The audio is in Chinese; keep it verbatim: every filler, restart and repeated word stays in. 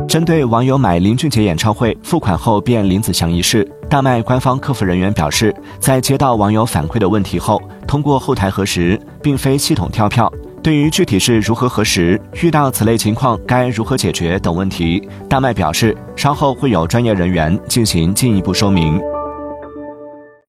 针对网友买林俊杰演唱会付款后变林子祥一事，大麦官方客服人员表示，在接到网友反馈的问题后，通过后台核实，并非系统跳票。对于具体是如何核实、遇到此类情况该如何解决等问题，大麦表示，稍后会有专业人员进行进一步说明。